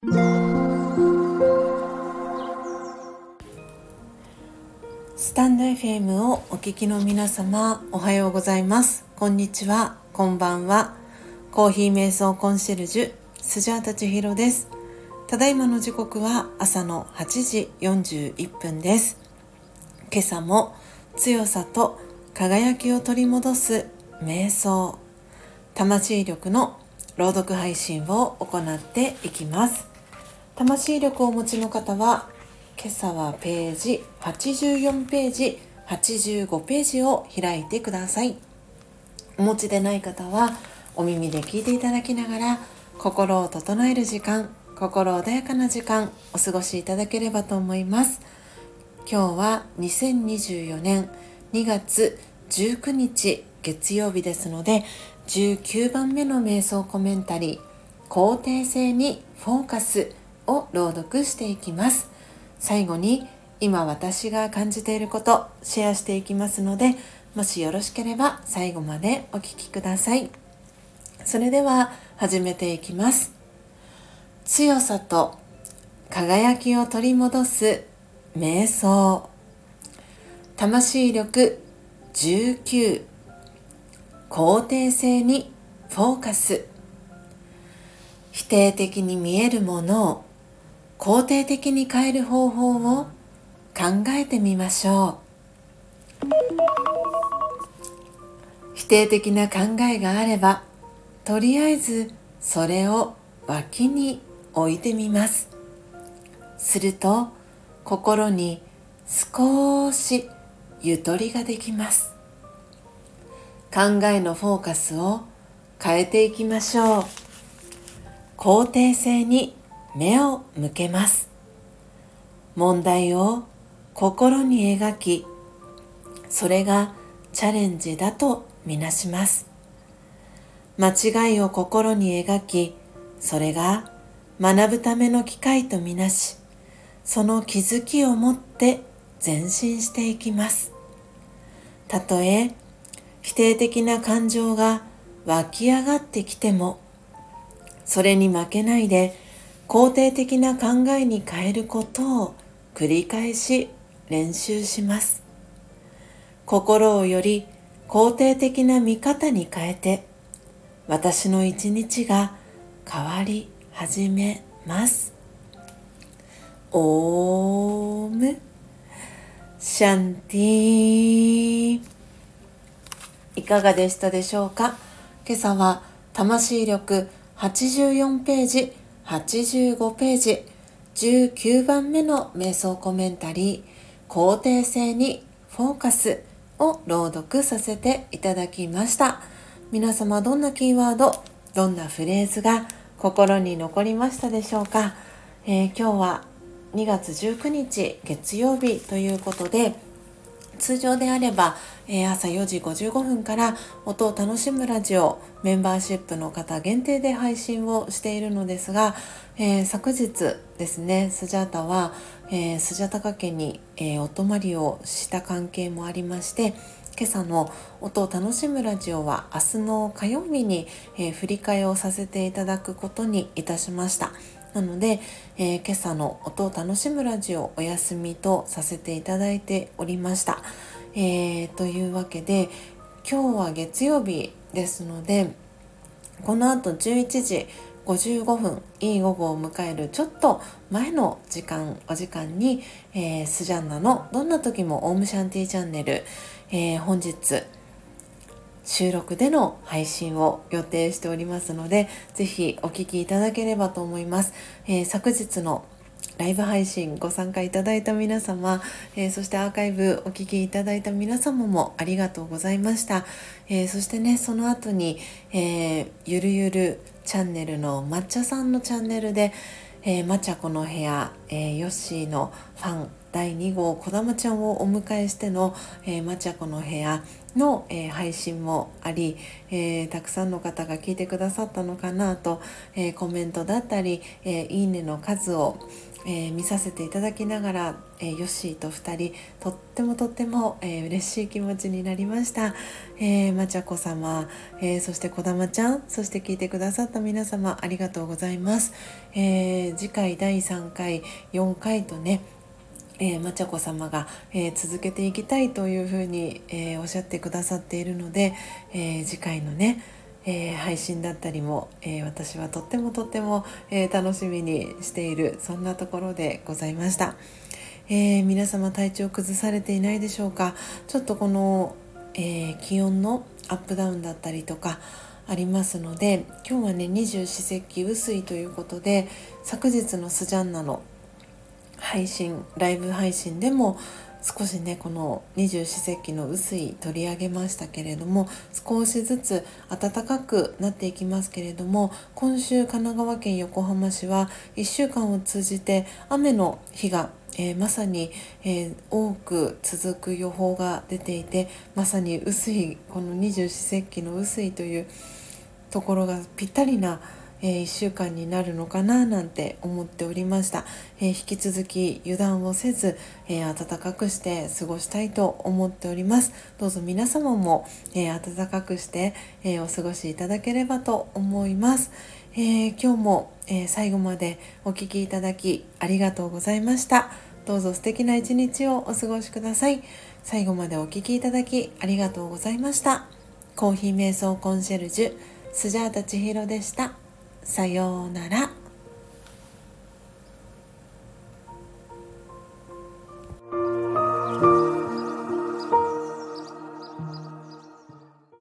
スタンド FM をお聞きの皆様、おはようございます。こんにちは、こんばんは。コーヒー瞑想コンシェルジュスジャータ千尋です。ただいまの時刻は朝の8時41分です。今朝も強さと輝きを取り戻す瞑想、魂力の朗読配信を行っていきます。魂力をお持ちの方は今朝はページ84ページ85ページを開いてください。お持ちでない方はお耳で聞いていただきながら心を整える時間、心穏やかな時間お過ごしいただければと思います。今日は2024年2月19日月曜日ですので、19番目の瞑想コメンタリー、肯定性にフォーカスを朗読していきます。最後に今私が感じていることシェアしていきますので、もしよろしければ最後までお聞きください。それでは始めていきます。強さと輝きを取り戻す瞑想、魂力19、肯定性にフォーカス。否定的に見えるものを肯定的に変える方法を考えてみましょう。否定的な考えがあれば、とりあえずそれを脇に置いてみます。すると心に少しゆとりができます。考えのフォーカスを変えていきましょう。肯定性に目を向けます。問題を心に描き、それがチャレンジだとみなします。間違いを心に描き、それが学ぶための機会とみなし、その気づきを持って前進していきます。たとえ否定的な感情が湧き上がってきても、それに負けないで肯定的な考えに変えることを繰り返し練習します。心をより肯定的な見方に変えて、私の一日が変わり始めます。オームシャンティ。いかがでしたでしょうか。今朝は魂力84ページ85ページ19番目の瞑想コメンタリー、肯定性にフォーカスを朗読させていただきました。皆様どんなキーワード、どんなフレーズが心に残りましたでしょうか。今日は2月19日月曜日ということで、通常であれば、朝4時55分から音を楽しむラジオメンバーシップの方限定で配信をしているのですが、昨日ですね、スジャータは、スジャタカ家に、お泊まりをした関係もありまして、今朝の音を楽しむラジオは明日の火曜日に、振り替えをさせていただくことにいたしました。なので、今朝の音を楽しむラジオお休みとさせていただいておりました。というわけで今日は月曜日ですので、この後11時55分いい午後を迎えるちょっと前のお時間に、スジャンナのどんな時もオームシャンティチャンネル、本日収録での配信を予定しておりますので、ぜひお聞きいただければと思います。昨日のライブ配信ご参加いただいた皆様、そしてアーカイブお聞きいただいた皆様もありがとうございました。そしてね、その後に、ゆるゆるチャンネルの抹茶さんのチャンネルで、抹茶この部屋、ヨッシーのファン第2号こだまちゃんをお迎えしての、抹茶この部屋の、配信もあり、たくさんの方が聞いてくださったのかなと、コメントだったり、いいねの数を見させていただきながら、ヨッシーと2人とっても、嬉しい気持ちになりました。まちゃこ様、そしてこだまちゃん、そして聞いてくださった皆様ありがとうございます。次回第3回4回とね、まちゃこ様が、続けていきたいというふうに、おっしゃってくださっているので、次回のね、配信だったりも、私はとっても、楽しみにしている、そんなところでございました。皆様体調崩されていないでしょうか。ちょっとこの、気温のアップダウンだったりとかありますので、今日はね二十四節気雨水ということで、昨日のスジャンナのライブ配信でも少しねこの二十四節気の雨水取り上げましたけれども、少しずつ暖かくなっていきますけれども、今週神奈川県横浜市は1週間を通じて雨の日がまさに、多く続く予報が出ていて、まさに雨水、この二十四節気の雨水というところがぴったりな1週間になるのかななんて思っておりました。引き続き油断をせず、暖かくして過ごしたいと思っております。どうぞ皆様も、暖かくして、お過ごしいただければと思います。今日も、最後までお聞きいただきありがとうございました。どうぞ素敵な一日をお過ごしください。最後までお聞きいただきありがとうございました。コーヒー瞑想コンシェルジュスジャータ千尋でした。さようなら。